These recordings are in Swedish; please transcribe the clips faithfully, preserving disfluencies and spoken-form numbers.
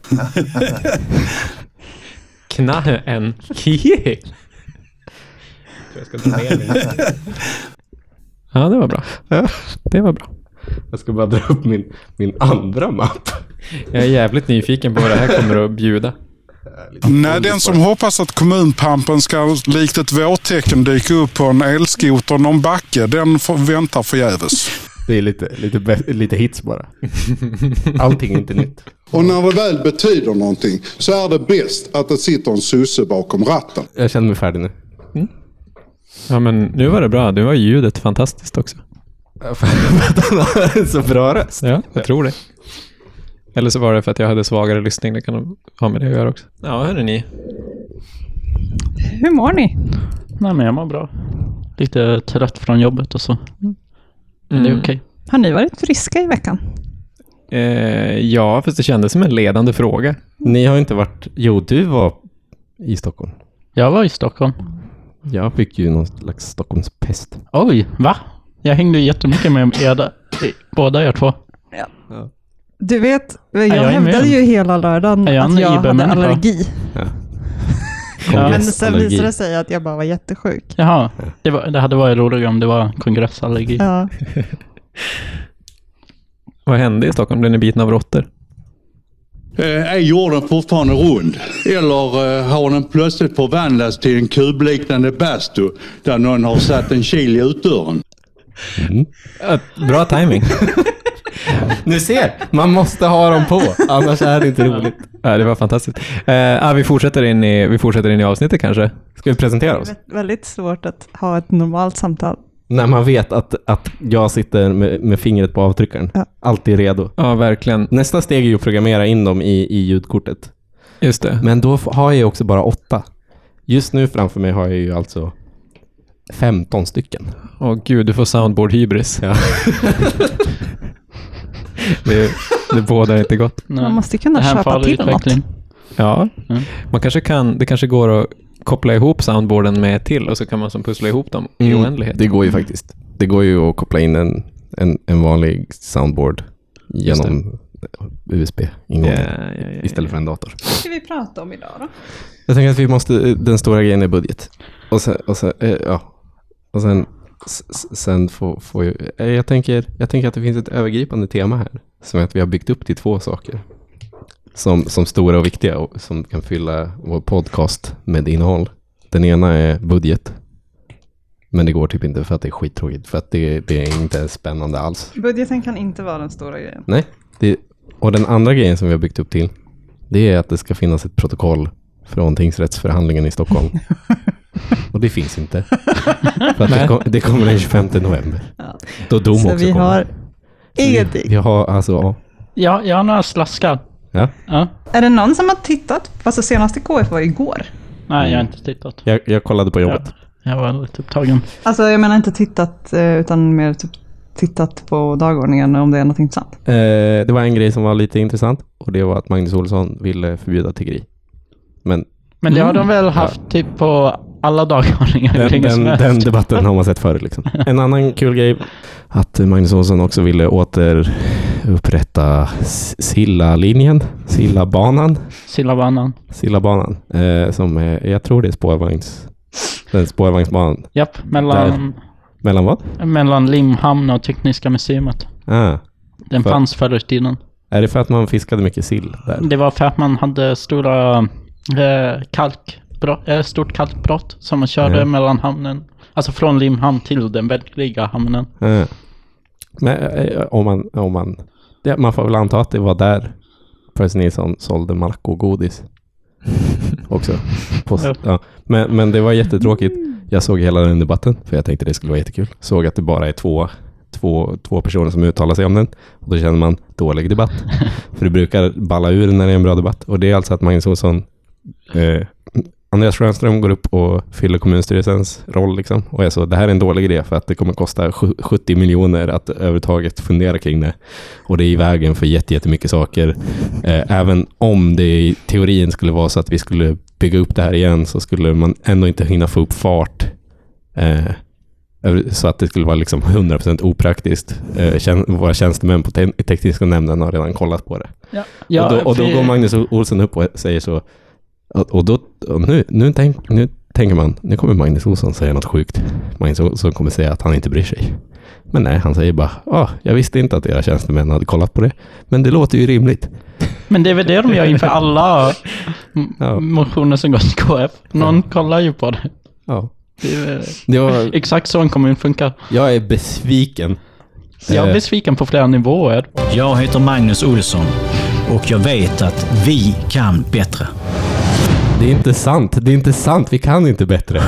Knä en kie. Jag ska ta ner mig. Ja, det var bra. Det var bra. Jag ska bara dra upp min, min andra mapp. Jag är jävligt nyfiken på vad det här kommer att bjuda. Nej, den som hoppas att kommunpampen ska likt ett vårtecken dyka upp på en elskoter någon backe, den får, väntar förgäves. Det är lite, lite, lite hits bara. Allting är inte nytt. Och när det väl betyder någonting så är det bäst att det sitter en susse bakom ratten. Jag känner mig färdig nu. Mm. Ja, men nu var det bra. Nu var ljudet fantastiskt också. Så bra röst. Ja, jag tror det. Eller så var det för att jag hade svagare lyssning. Det kan ha med det att göra också. Ja, hörni ni. Hur mår ni? Nej, men jag mår bra. Lite trött från jobbet och så. Mm. Mm. Det är okej. Okay. Har ni varit friska i veckan? Eh, ja, fast det kändes som en ledande fråga. Ni har inte varit... Jo, du var i Stockholm. Jag var i Stockholm. Jag fick ju någon slags Stockholmspest. Oj, va? Jag hängde jättemycket med er där, båda er två. Ja. Ja. Du vet, jag, jag hävdade ju hela lördagen jag att jag hade människa? allergi. Ja. Ja. Men sen visade det sig att jag bara var jättesjuk. Jaha, det, var, det hade varit roligt om det var kongressallergi. Ja. Vad hände i Stockholm? Blev ni bitna av råttor? Är jorden fortfarande rund? Eller har den plötsligt förvandlats till en kubliknande bastu där någon har satt en kil i utdörren? Mm. Bra timing. Nu ser, man måste ha dem på, annars är det inte roligt. Ja, det var fantastiskt. Uh, ja, vi, fortsätter in i, vi fortsätter in i avsnittet kanske. Ska vi presentera oss? Det är väldigt svårt att ha ett normalt samtal. När man vet att, att jag sitter med, med fingret på avtryckaren. Ja. Alltid redo. Ja, verkligen. Nästa steg är ju att programmera in dem i, i ljudkortet. Just det. Men då har jag också bara åtta. Just nu framför mig har jag ju alltså femton stycken. Åh gud, du får soundboard hybris. Ja. det, det bådar inte gott. Nej. Man måste kunna köpa till något. Ja, mm. man kanske kan, det kanske går att koppla ihop soundboarden med till och så kan man som pussla ihop dem i mm. oändlighet. Det går ju faktiskt. Det går ju att koppla in en, en, en vanlig soundboard genom U S B-ingång yeah, yeah, yeah, istället för en dator. Vad ska vi prata om idag då? Jag tänker att vi måste, den stora grejen är budget. Och sen, och sen eh, ja. Och sen, sen får, får jag, jag, tänker, jag tänker att det finns ett övergripande tema här. Som är att vi har byggt upp till två saker. Som, som stora och viktiga och som kan fylla vår podcast med innehåll. Den ena är budget. Men det går typ inte för att det är skittråkigt. För att det, det är inte spännande alls. Budgeten kan inte vara den stora grejen. Nej. Det, och den andra grejen som vi har byggt upp till. Det är att det ska finnas ett protokoll från tingsrättsförhandlingen i Stockholm. Och det finns inte. För att det, kom, det kommer den tjugofemte november. Ja. Då dom så också vi kommer. har ingenting. Vi, vi har alltså... Ja. Ja, jag har några slaskar. Ja. Ja. Är det någon som har tittat? Fast det senaste K F var igår. Nej, jag har inte tittat. Jag, jag kollade på jobbet. Ja, jag var lite upptagen. Alltså jag menar inte tittat utan mer typ tittat på dagordningen om det är något intressant. Eh, det var en grej som var lite intressant och det var att Magnus Olsson ville förbjuda tiggeri. Men, Men det har de väl haft ja. typ på alla dagordningar. Den, den, den debatten har man sett förr liksom. En annan kul grej att Magnus Olsson också ville återupprätta Silla-linjen, Silla-banan. Silla-banan. Silla-banan. Eh, som är, jag tror det är spårvagns, den spårvagnsbanan. Japp, mellan... Där, mellan vad? Mellan Limhamn och Tekniska museet. Ah, den för, fanns förr i tiden. Är det för att man fiskade mycket sill där? Det var för att man hade stora eh, kalkbrott, eh, stort kalkbrott som man körde mm. mellan hamnen. Alltså från Limhamn till den verkliga hamnen. Mm. Men eh, om man, om man, ja, man får väl anta att det var där Percy Nilsson sålde Marco-godis också. På, ja. Ja. Men, men det var jättetråkigt. Jag såg hela den debatten för jag tänkte det skulle vara jättekul. Såg att det bara är två, två, två personer som uttalar sig om den. Och då känner man dålig debatt. För det brukar balla ur när det är en bra debatt. Och det är alltså att Magnus Olsson, eh, Andreas Schönström går upp och fyller kommunstyrelsens roll liksom. Och jag så, det här är en dålig idé för att det kommer kosta sjuttio miljoner att överhuvudtaget fundera kring det. Och det är i vägen för jättemycket saker. Eh, även om det i teorin skulle vara så att vi skulle bygga upp det här igen så skulle man ändå inte hinna få upp fart. Eh, så att det skulle vara liksom hundra procent opraktiskt. Eh, tjän- våra tjänstemän på te- tekniska nämnden har redan kollat på det. Ja. Ja, och, då, och då går Magnus Olsson upp och säger så. Och, och då, och nu, nu, tänk, nu tänker man, nu kommer Magnus Olsson säga något sjukt. Magnus Olsson kommer säga att han inte bryr sig. Men nej, han säger bara, ah, jag visste inte att era tjänstemän hade kollat på det. Men det låter ju rimligt. Men det är väl det de gör inför alla m- ja. motioner som går till K F. Någon ja. kollar ju på det. Ja. Det är jag, exakt så en kommun funkar. Jag är besviken. Jag är besviken på flera nivåer. Jag heter Magnus Olsson och jag vet att vi kan bättre. Det är inte sant. Det är inte sant. Vi kan inte bättre.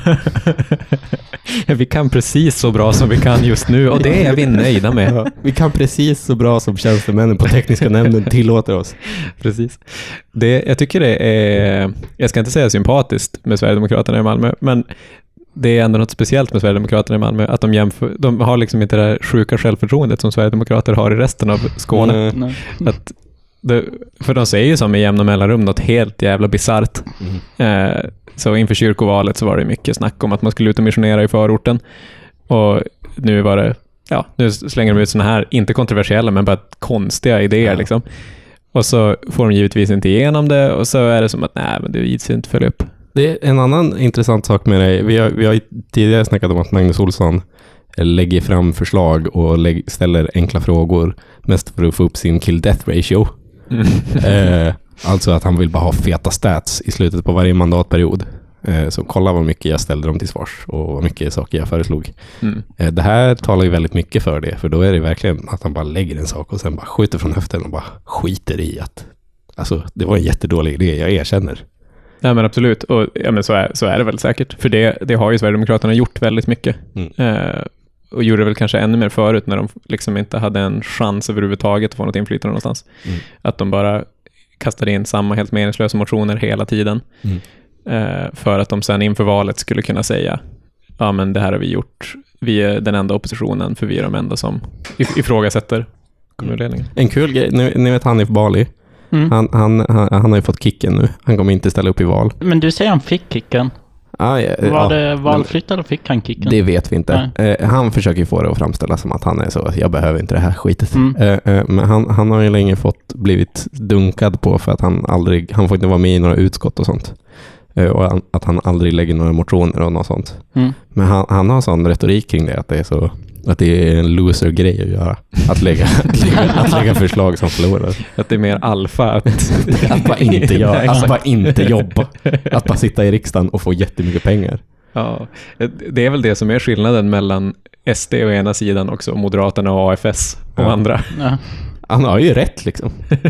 Vi kan precis så bra som vi kan just nu och det är vi nöjda med. Ja, vi kan precis så bra som tjänstemännen på tekniska nämnden tillåter oss. Precis. Det, jag tycker det är, jag ska inte säga sympatiskt med Sverigedemokraterna i Malmö, men det är ändå något speciellt med Sverigedemokraterna i Malmö att de jämför, de har liksom inte det där sjuka självförtroendet som Sverigedemokrater har i resten av Skåne. Mm. Att det, för de säger ju som i jämna mellanrum något helt jävla bizarrt. Mm. Eh, så inför kyrkovalet så var det mycket snack om att man skulle ut och missionera i förorten. Och nu var det, ja, nu slänger de ut såna här, inte kontroversiella men bara konstiga idéer ja. liksom. Och så får de givetvis inte igenom det och så är det som att nej, men det givetvis inte följa upp. Det är en annan intressant sak med dig. Vi har, vi har tidigare snackat om att Magnus Olsson lägger fram förslag och lägg, ställer enkla frågor mest för att få upp sin kill-death ratio. Mm. eh, alltså att han vill bara ha feta stats i slutet på varje mandatperiod. Eh, så kolla vad mycket jag ställde dem till svars och vad mycket saker jag föreslog. Mm. Eh, det här talar ju väldigt mycket för det, för då är det verkligen att han bara lägger en sak och sen bara skjuter från höften och bara skiter i att alltså det var en jättedålig idé, jag erkänner. Ja men absolut, och ja, men så, är, så är det väl säkert. För det, det har ju Sverigedemokraterna gjort väldigt mycket. Mm. Eh, och gjorde väl kanske ännu mer förut när de liksom inte hade en chans överhuvudtaget att få något inflytande någonstans. Mm. Att de bara kastade in samma helt meningslösa motioner hela tiden. Mm. Eh, för att de sen inför valet skulle kunna säga ja men det här har vi gjort. Vi är den enda oppositionen för vi är de enda som ifrågasätter kommunledningen. En kul grej, ni, ni vet Hanif Bali. Mm. Han, han, han, han har ju fått kicken nu. Han kommer inte ställa upp i val. Men du säger han fick kicken. Ah, ja, var ja, det valfritt eller fick han kicken? Det vet vi inte. Eh, han försöker få det att framställa som att han är så, jag behöver inte det här skitet. Mm. Eh, eh, men han, han har ju länge fått blivit dunkad på för att han aldrig, han får inte vara med i några utskott och sånt. Eh, och han, att han aldrig lägger några motioner och något sånt. Mm. Men han, han har sån retorik kring det, att det är så att det är en loser-grej att göra. Att lägga, att lägga, att lägga förslag som förlorar. Att det är mer alfa. Att, att bara inte göra. Att bara inte jobba. Att bara sitta i riksdagen och få jättemycket pengar. Ja, det är väl det som är skillnaden mellan S D å ena sidan också och Moderaterna och A F S och ja. andra. Ja. Han har ju rätt liksom.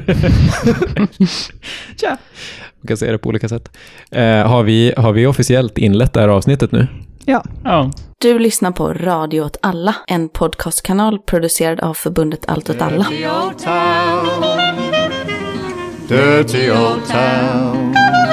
Tja. Man kan säga det på olika sätt. Eh, har, vi, har vi officiellt inlett det här avsnittet nu? Ja. ja. Du lyssnar på Radio åt alla, en podcastkanal producerad av förbundet Allt åt alla. Dirty old town, dirty old town.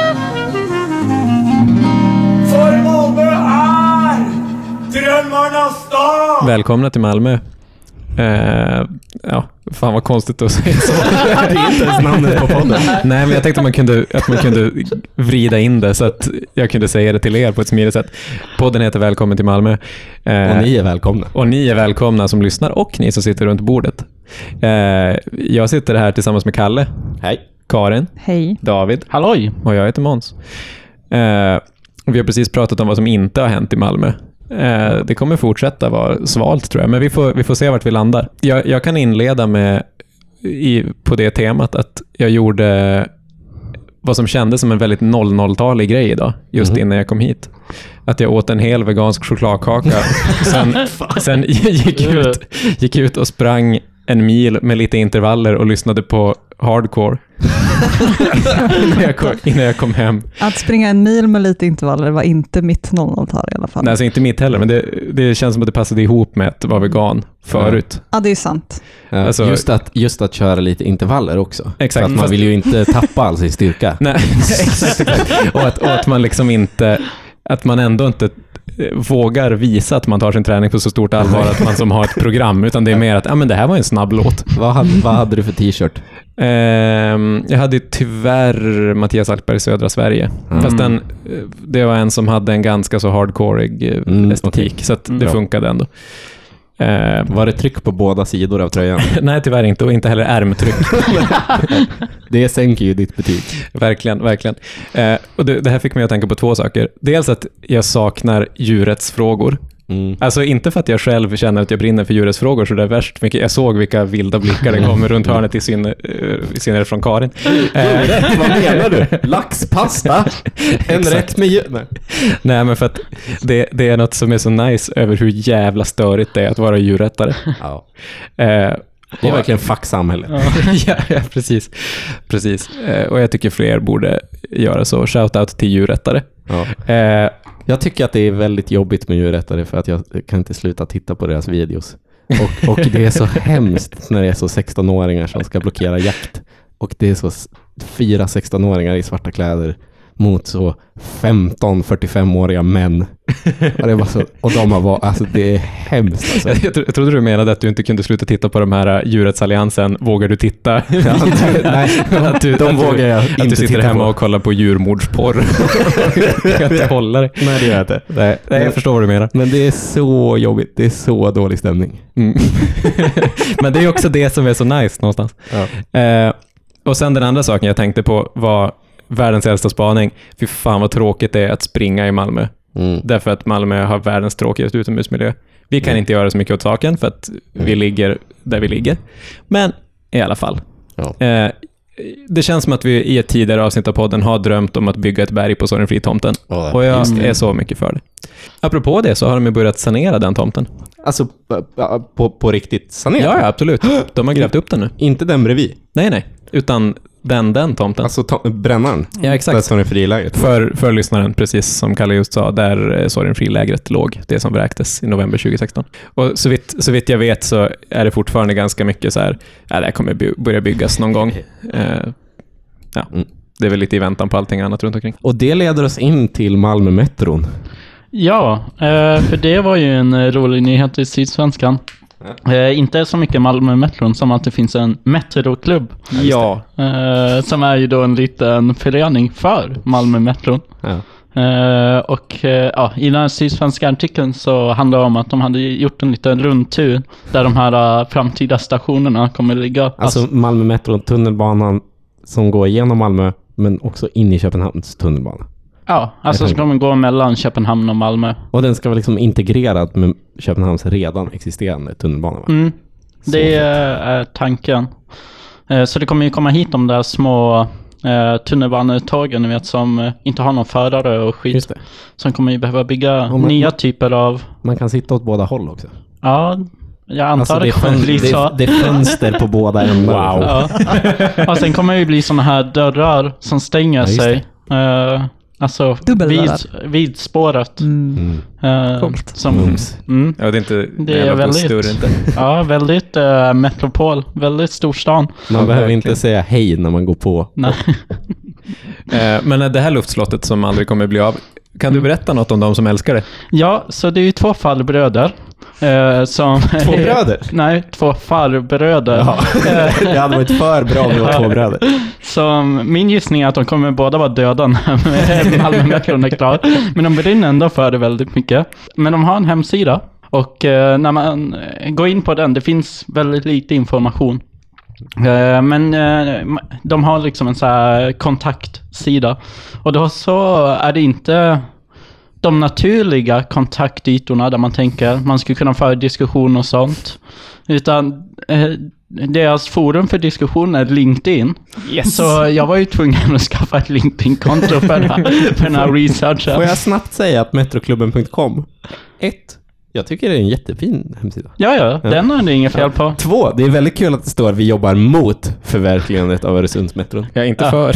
För Malmö är drömmarnas stad. Välkomna till Malmö. Uh, ja, fan vad konstigt att säga så. Det är inte ens namnet på podden. Nej, men jag tänkte att man, kunde, att man kunde vrida in det så att jag kunde säga det till er på ett smidigt sätt. Podden heter Välkommen till Malmö. Uh, och ni är välkomna. Och ni är välkomna som lyssnar och ni som sitter runt bordet. Uh, jag sitter här tillsammans med Kalle. Hej. Karin. Hej. David. Halloj. Och jag heter Måns. Uh, vi har precis pratat om vad som inte har hänt i Malmö. Det kommer fortsätta vara svalt tror jag, men vi får, vi får se vart vi landar. Jag, jag kan inleda med i, på det temat att jag gjorde vad som kändes som en väldigt noll noll-talig grej idag, just mm. innan jag kom hit. Att jag åt en hel vegansk chokladkaka, sen, sen gick, ut, gick ut och sprang en mil med lite intervaller och lyssnade på hardcore innan, jag kom, innan jag kom hem. Att springa en mil med lite intervaller var inte mitt noll noll-tal i alla fall. Nej, alltså inte mitt heller, men det, det känns som att det passade ihop med att vara vegan förut. Ja, det är sant. Ja, alltså, just, att, just att köra lite intervaller också. Exakt. För att man Fast... vill ju inte tappa all sin styrka. Nej, exakt. exakt. Och, att, och att man liksom inte, att man ändå inte vågar visa att man tar sin träning på så stort allvar att man som har ett program, utan det är mer att ja, men det här var en snabb låt. Vad hade, vad hade du för t-shirt? Eh, jag hade tyvärr Mattias Alkberg Södra Sverige. Mm. Fast den, det var en som hade en ganska så hardcoreig mm, estetik, okay. Så att det mm. funkade ändå. Eh, var det tryck på båda sidor av tröjan? Nej, tyvärr inte. Och inte heller ärmtryck. Det sänker ju ditt betyg. Verkligen, verkligen. Eh, och det, det här fick mig att tänka på två saker. Dels att jag saknar djurrättsfrågor. Mm. Alltså inte för att jag själv känner att jag brinner för djurrättsfrågor så det är värst mycket. Jag såg vilka vilda blickar det kommer runt hörnet i sin, uh, i sin från Karin. Vad menar du? Laxpasta? En rätt med djur? Nej. Nej, men för att det, det är något som är så nice över hur jävla störigt det är att vara djurrättare. Ja. Uh, det är verkligen facksamhälle. ja, ja, precis. precis. Uh, och jag tycker fler borde göra så. Shoutout till djurrättare. Ja. Uh, Jag tycker att det är väldigt jobbigt med djurrättare för att jag kan inte sluta titta på deras videos. Och, och det är så hemskt när det är så sexton-åringar som ska blockera jakt. Och det är så fyra sexton-åringar i svarta kläder mot så femton fyrtiofem-åriga män. Och, det var så, och de har varit, alltså det är hemskt. Alltså. Jag, jag, jag trodde du menade att du inte kunde sluta titta på de här djurrättsalliansen. Vågar du titta? Ja, nej, att du, de att vågar du, jag att inte du sitter titta hemma på. Och kollar på djurmordsporr. Jag kan inte hålla det. Nej, det gör jag inte. Nej, nej, jag förstår vad du menar. Men det är så jobbigt. Det är så dålig stämning. Mm. Men det är också det som är så nice någonstans. Ja. Eh, och sen den andra saken jag tänkte på var världens äldsta spaning. Fy fan vad tråkigt det är att springa i Malmö. Mm. Därför att Malmö har världens tråkigaste utomhusmiljö. Vi kan mm. inte göra så mycket åt saken för att mm. vi ligger där vi ligger. Men i alla fall. Ja. Eh, det känns som att vi i ett tidigare avsnitt av podden har drömt om att bygga ett berg på Sorgenfri-tomten. Oh, och jag är så mycket för det. Apropå det så har de ju börjat sanera den tomten. Alltså på, på riktigt sanera? Ja, ja, absolut. De har grävt upp den nu. Inte den bredvid? Nej, nej. Utan den, den tomten. Alltså to- brännaren? Ja, exakt. Där Sorgenfri-lägret. För, för lyssnaren, precis som Kalle just sa, där Sorgenfri-lägret låg. Det som vräktes i november tjugohundrasexton. Och så vitt, så vitt jag vet så är det fortfarande ganska mycket så här, ja, det här kommer by- börja byggas någon gång. Eh, ja, mm. Det är väl lite i väntan på allting annat runt omkring. Och det leder oss in till Malmö-metron. Ja, för det var ju en rolig nyhet i Sydsvenskan. Eh, inte så mycket Malmö-metron som att det finns en metroklubb. Ja. Eh, som är ju då en liten förening för Malmö-metron. Ja. Eh, och eh, ja, i den här sydsvenska artikeln så handlar det om att de hade gjort en liten rundtur där de här uh, framtida stationerna kommer ligga. Alltså, alltså Malmö-metron, tunnelbanan som går igenom Malmö men också in i Köpenhamns tunnelbana. Ja, alltså ska man gå mellan Köpenhamn och Malmö. Och den ska vara liksom integrerad med Köpenhamns redan existerande tunnelbana, va? Mm. Det är tanken. Så det kommer ju komma hit de där små tunnelbanetågen, ni vet, som inte har någon förare och skit. Som kommer ju behöva bygga man, nya typer av... Man kan sitta åt båda håll också. Ja, jag antar alltså, det, det kommer fön- bli så. Det, det är fönster på båda ändar. Wow. Ja. Och sen kommer det ju bli såna här dörrar som stänger ja, sig. Uh, Alltså vid, vid spåret. Mm. Uh, som, mm. Ja, det är inte det är väldigt större, inte. Ja, väldigt uh, metropol, väldigt stor stan. Man ja, behöver inte säga hej när man går på. Nej. uh, men det här luftslottet som aldrig kommer bli av, kan du berätta något om de som älskar det? Ja, så det är ju två farbröder. Uh, som två bröder? Nej, två farbröder. Ja. Det hade varit för bra med ja. två bröder. Som min gissning är att de kommer båda vara döda när Malmö-metron är klar. Men de brinner ändå för det väldigt mycket. Men de har en hemsida. Och uh, när man går in på den, det finns väldigt lite information. Uh, men uh, de har liksom en så här kontaktsida. Och då så är det inte de naturliga kontaktytorna där man tänker man skulle kunna föra diskussion och sånt. Utan eh, deras forum för diskussion är LinkedIn. Yes. Så jag var ju tvungen att skaffa ett LinkedIn-konto för, för den här researchen. Får jag snabbt säga att metroklubben punkt com ett, jag tycker det är en jättefin hemsida. Ja, ja, ja. Den har det inget fel på. Två, det är väldigt kul att det står att vi jobbar mot förverkligandet av Öresundsmetron. Jag är inte ja. för.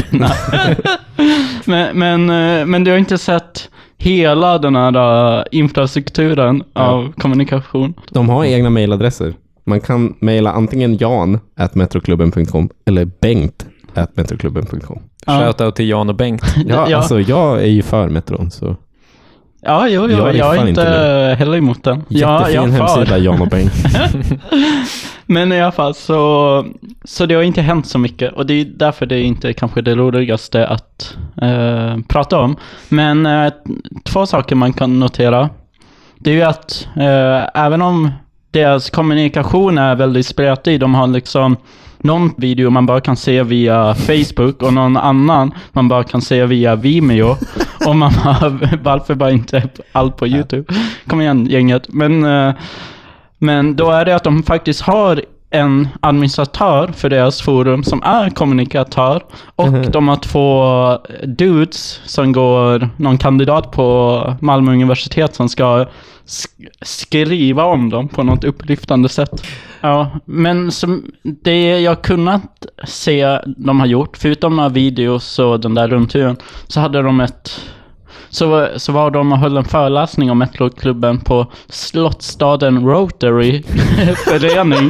men, men, men du har inte sett hela den här uh, infrastrukturen ja. av kommunikation. De har egna mailadresser. Man kan mejla antingen jan at metroklubben punkt com eller bengt at metroklubben punkt com. Ja. Shoutout till Jan och Bengt. Ja, ja, alltså jag är ju för metron så... Ja, jo, jo, jag, jag är inte, inte heller emot den. Jättefin ja, jag hemsida, Jan och Bengt. Men i alla fall så, så det har inte hänt så mycket. Och det är därför det är inte kanske det roligaste att eh, prata om. Men eh, två saker man kan notera. Det är ju att eh, även om det deras kommunikation är väldigt spretig. De har liksom någon video man bara kan se via Facebook och någon annan man bara kan se via Vimeo. Och man har, varför bara inte allt på YouTube? Kom igen gänget. Men, men då är det att de faktiskt har en administratör för deras forum som är kommunikatör och mm. de har två dudes som går någon kandidat på Malmö universitet som ska sk- skriva om dem på något upplyftande sätt. Ja, men som det jag kunnat se de har gjort, förutom de här videos och den där rundturen, så hade de ett Så, så var de och höll en föreläsning om Metroklubben på Slottstaden Rotary förening.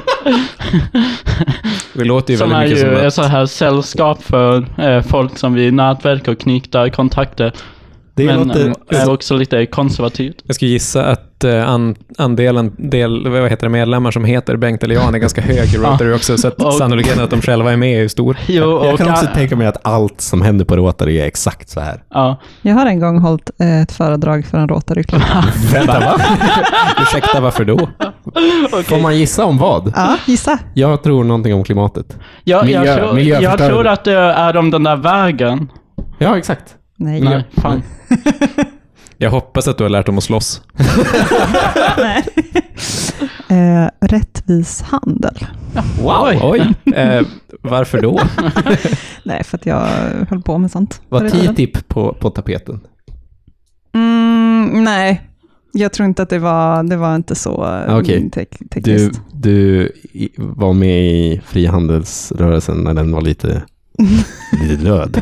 Det låter ju som väldigt mycket som som är ett så här sällskap för eh, folk som vill nätverka och knyta kontakter. Det men låter, är också lite konservativt. Jag skulle gissa att uh, an, andelen del, vad heter det, medlemmar som heter Bengt eller Jan är ganska hög i Rotary också, så att och, sannolikheten att de själva är med är stor. Jo, och jag kan också jag, tänka mig att allt som händer på Rotary är exakt så här. Ja. Jag har en gång hållit ett föredrag för en Rotary-klubb. Vänta, va? Ursäkta, varför då? Okay. Får man gissa om vad? Ja, gissa. Jag tror någonting om klimatet. Ja, Miljö, jag, tror, jag tror att det är om den där vägen. Ja, exakt. Nej, Nej fan. Jag hoppas att du har lärt dem att slåss. Nej. eh, rättvis handel. Wow, oj. Eh, varför då? Nej, för att jag höll på med sånt. Var T T I P på, på tapeten? Mm, nej, jag tror inte att det var, det var inte så okay. te- tekniskt. Du, du var med i frihandelsrörelsen när den var lite, lite död.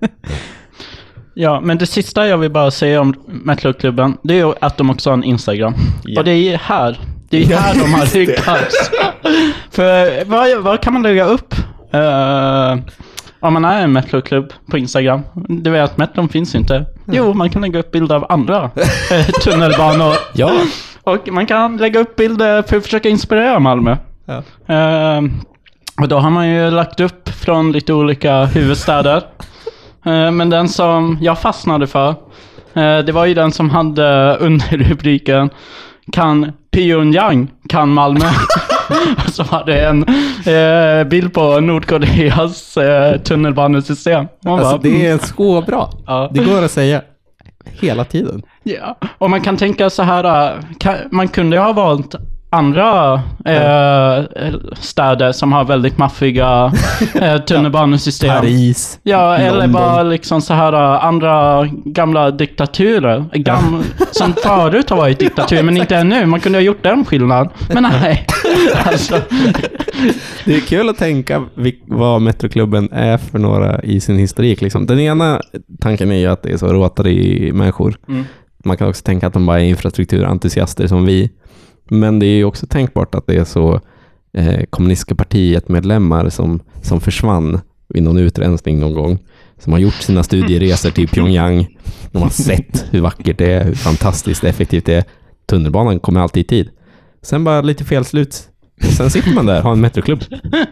Ja, men det sista jag vill bara säga om Metroklubben, det är att de också har en Instagram. Ja. Och det är här. Det är här de har lyckats. För vad, vad kan man lägga upp uh, om man är en Metroklubb på Instagram? Du vet att Metron finns inte. Mm. Jo, man kan lägga upp bilder av andra tunnelbanor. Ja. Och man kan lägga upp bilder för att försöka inspirera Malmö. Ja. Uh, och då har man ju lagt upp från lite olika huvudstäder. Men den som jag fastnade för, det var ju den som hade underrubriken Kan Pyongyang, kan Malmö? Och så var det en eh, bild på Nordkoreas eh, tunnelbanesystem. Man alltså bara, det är så bra. Ja. Det går att säga hela tiden. Ja, och man kan tänka så här, kan, man kunde ha valt andra eh, städer som har väldigt maffiga eh, tunnelbanesystem. Paris. Ja, eller London. Bara liksom så här andra gamla diktaturer. Gam- som förut har varit diktatur, men inte ännu. Man kunde ha gjort den skillnad. Men nej. Alltså. Det är kul att tänka vad Metroklubben är för några i sin historik. Liksom. Den ena tanken är ju att det är så Rotary-människor. Mm. Man kan också tänka att de bara är infrastrukturentusiaster som vi. Men det är ju också tänkbart att det är så eh, kommunistiska partiet medlemmar som, som försvann vid någon utrensning någon gång. Som har gjort sina studieresor till Pyongyang. De har sett hur vackert det är, hur fantastiskt effektivt det är. Tunnelbanan kommer alltid i tid. Sen bara lite fel slut. Sen sitter man där och har en metroklubb.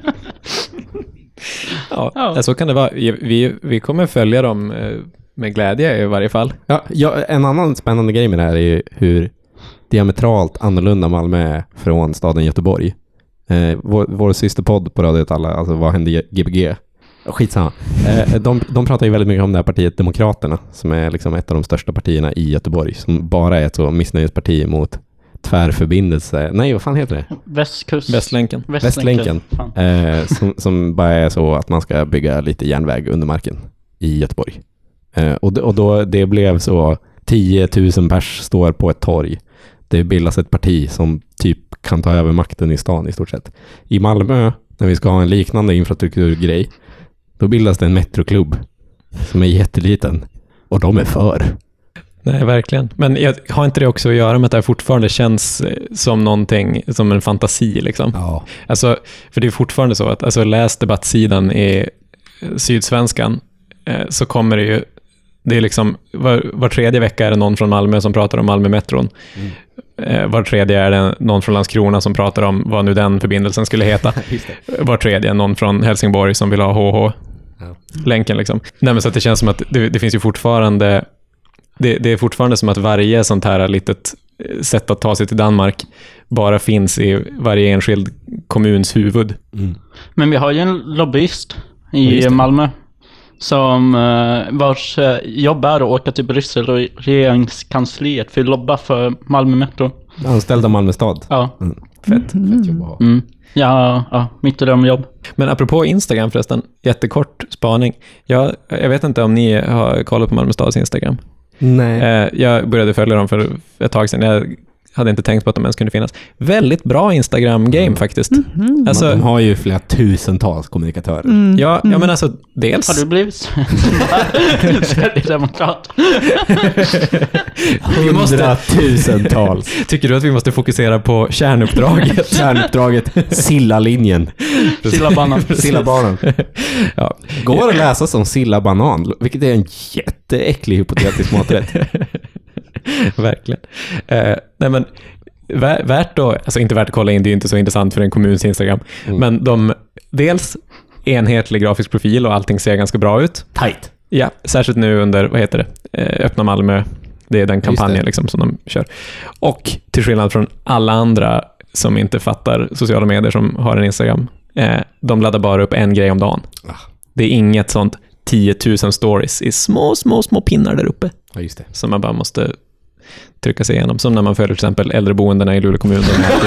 Ja, ja, så kan det vara. Vi, vi kommer följa dem med glädje i varje fall. Ja, ja, en annan spännande grej med det här är ju hur diametralt annorlunda Malmö är från staden Göteborg. Eh, vår, vår systerpodd på Radio Alla, alltså vad hände i G B G? Skitsamma. Eh, de, de pratar ju väldigt mycket om det här partiet Demokraterna, som är liksom ett av de största partierna i Göteborg, som bara är ett så missnöjesparti mot tvärförbindelse. Nej, vad fan heter det? Västkust. Västlänken. Västlänken. Eh, som, som bara är så att man ska bygga lite järnväg under marken i Göteborg. Eh, och, och då det blev så tio tusen pers står på ett torg. Det bildas ett parti som typ kan ta över makten i stan i stort sett. I Malmö, när vi ska ha en liknande infrastrukturgrej, då bildas det en metroklubb som är jätteliten. Och de är för. Nej, verkligen. Men jag har inte det också att göra med att det fortfarande känns som någonting, som en fantasi liksom. Ja. Alltså, för det är fortfarande så att, alltså läs debattsidan i Sydsvenskan, eh, så kommer det ju, det är liksom, var, var tredje vecka är det någon från Malmö som pratar om Malmö-metron. Mm. Eh, var tredje är det någon från Landskrona som pratar om vad nu den förbindelsen skulle heta. Var tredje är någon från Helsingborg som vill ha H H-länken liksom. Nej, men så att det känns som att det, det finns ju fortfarande, det, det är fortfarande som att varje sånt här litet sätt att ta sig till Danmark bara finns i varje enskild kommuns huvud. Mm. Men vi har ju en lobbyist i Malmö som vars jobb är att åka till Bryssel och regeringskansliet för att lobba för Malmö Metro. Anställda Malmö stad. Ja. Mm. Fett. Mm. Fett jobb att ha. Mm. Ja, ja, mitt drömjobb. Men apropå Instagram förresten, jättekort spaning. Jag, jag vet inte om ni har kollat på Malmö stads Instagram. Nej. Eh, jag började följa dem för ett tag sedan. Jag hade inte tänkt på att de ens kunde finnas. Väldigt bra Instagram-game mm. faktiskt. Mm-hmm. Alltså, de har ju flera tusentals kommunikatörer. Mm. Ja, ja, men alltså dels... Har du blivit Sverigedemokrat? Hundratusentals. Tycker du att vi måste fokusera på kärnuppdraget? Kärnuppdraget, Silla-linjen. Sillabanan. Sillabanan. Ja. Går att läsa som sillabanan, vilket är en jätteäcklig hypotetisk maträtt. Verkligen. Eh, nej men värt då, alltså inte värt att kolla in, det är ju inte så intressant för en kommuns Instagram. Mm. Men de, dels enhetlig grafisk profil och allting ser ganska bra ut. Tight. Ja, särskilt nu under, vad heter det? Eh, Öppna Malmö. Det är den kampanjen liksom som de kör. Och till skillnad från alla andra som inte fattar sociala medier som har en Instagram, eh, de laddar bara upp en grej om dagen. Ah. Det är inget sånt tiotusen stories i små, små, små pinnar där uppe. Ja, just det. Som man bara måste trycka sig igenom. Som när man följer till exempel äldreboendena i Luleå kommun.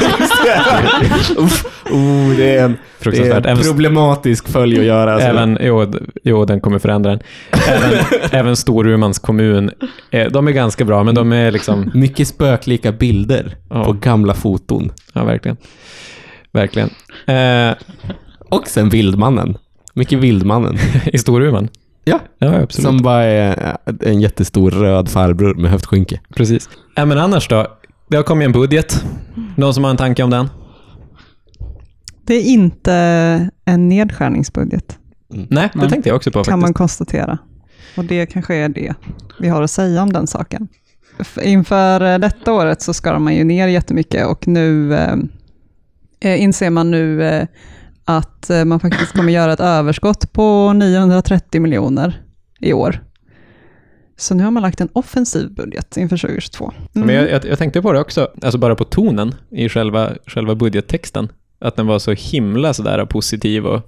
oh, det är en, det är en problematisk följ att göra. Alltså. Även, jo, jo, den kommer förändra den. Även, även Storumans kommun. De är ganska bra, men de är liksom... Mycket spöklika bilder ja. På gamla foton. Ja, verkligen. Verkligen. Eh, och sen Vildmannen. Mycket Vildmannen. I Storuman. Ja, ja, absolut. Som bara är en jättestor röd farbror med höftskynke. Precis. Ja, men annars då? Det har kommit en budget. Någon som har en tanke om den? Det är inte en nedskärningsbudget. Mm. Nej, det Nej. tänkte jag också på faktiskt. Kan man konstatera. Och det kanske är det vi har att säga om den saken. Inför detta året så skar man ju ner jättemycket och nu eh, inser man nu eh, att man faktiskt kommer göra ett överskott på niohundratrettio miljoner i år. Så nu har man lagt en offensiv budget inför tjugohundratjugotvå. Mm. Men jag, jag, jag tänkte på det också, alltså bara på tonen i själva, själva budgettexten. Att den var så himla sådär positiv och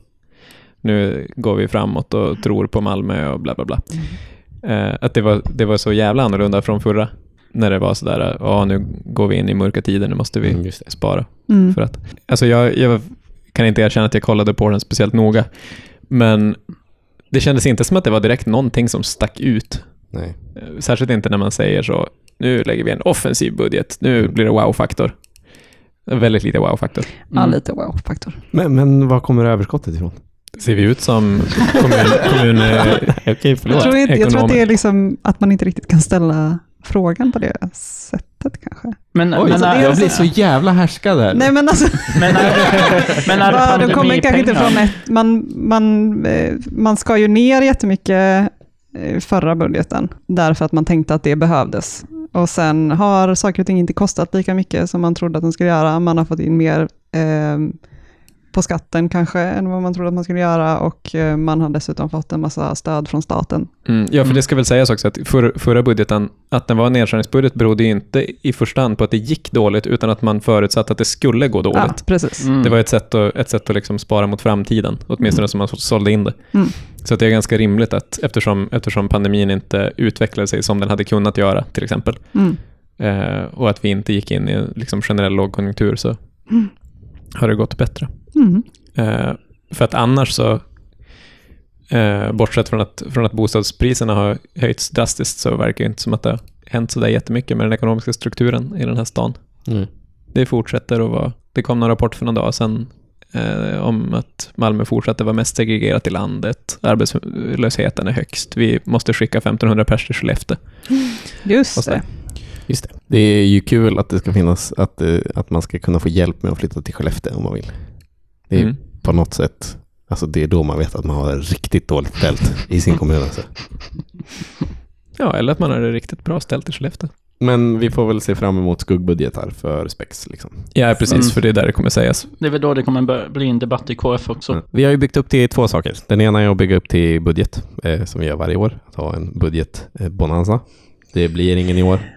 nu går vi framåt och tror på Malmö och bla bla bla. Mm. Eh, att det var, det var så jävla annorlunda från förra. När det var sådär, ja nu går vi in i mörka tider, nu måste vi mm, spara. Mm. För att, alltså jag... jag kan inte erkänna att jag kollade på den speciellt noga. Men det kändes inte som att det var direkt någonting som stack ut. Nej. Särskilt inte när man säger så, nu lägger vi en offensiv budget. Nu blir det wow-faktor. Väldigt lite wow-faktor. Mm. Ja, lite wow-faktor. Men, men vad kommer överskottet ifrån? Ser vi ut som kommun... kommun Okej, förlåt. Jag tror, inte, jag tror att det är liksom att man inte riktigt kan ställa frågan på det sättet kanske. Men, Oj, men är, jag blir så jävla härskad här. Nej men alltså men är, men är det de kommer kanske inte från ett man man man ska ju ner jättemycket förra budgeten därför att man tänkte att det behövdes. Och sen har saker och ting inte kostat lika mycket som man trodde att de skulle göra. Man har fått in mer eh, på skatten kanske än vad man trodde att man skulle göra och man har dessutom fått en massa stöd från staten. Mm, ja, för det ska väl sägas också att för, förra budgeten, att den var en nedskärningsbudget berodde inte i första hand på att det gick dåligt utan att man förutsatte att det skulle gå dåligt. Ja, precis. Mm. Det var ett sätt att, ett sätt att liksom spara mot framtiden, åtminstone mm. som man sålde in det. Mm. Så att det är ganska rimligt att eftersom, eftersom pandemin inte utvecklade sig som den hade kunnat göra till exempel mm. eh, och att vi inte gick in i en liksom, generell lågkonjunktur så mm. har det gått bättre. Mm. Eh, för att annars så eh, bortsett från att, från att bostadspriserna har höjts drastiskt så verkar det inte som att det har hänt så där jättemycket med den ekonomiska strukturen i den här stan. Mm. Det fortsätter att vara, det kom någon rapport för någon dag sedan eh, om att Malmö fortsätter vara mest segregerat i landet. Arbetslösheten är högst. Vi måste skicka femtonhundra personer till Skellefteå. Just det. Just det. Det är ju kul att det ska finnas att, att man ska kunna få hjälp med att flytta till Skellefteå om man vill. Det är mm. på något sätt, alltså det är då man vet att man har det riktigt dåligt ställt i sin kommun. Alltså. Ja, eller att man har det riktigt bra ställt i Skellefteå. Men vi får väl se fram emot skuggbudgetar för Spex liksom. Ja, precis, mm. för det är där det kommer sägas. Det är väl då det kommer bli en debatt i K F också. Mm. Vi har ju byggt upp till två saker. Den ena är att bygga upp till budget, eh, som vi gör varje år. Att ha en budgetbonanza. Det blir ingen i år.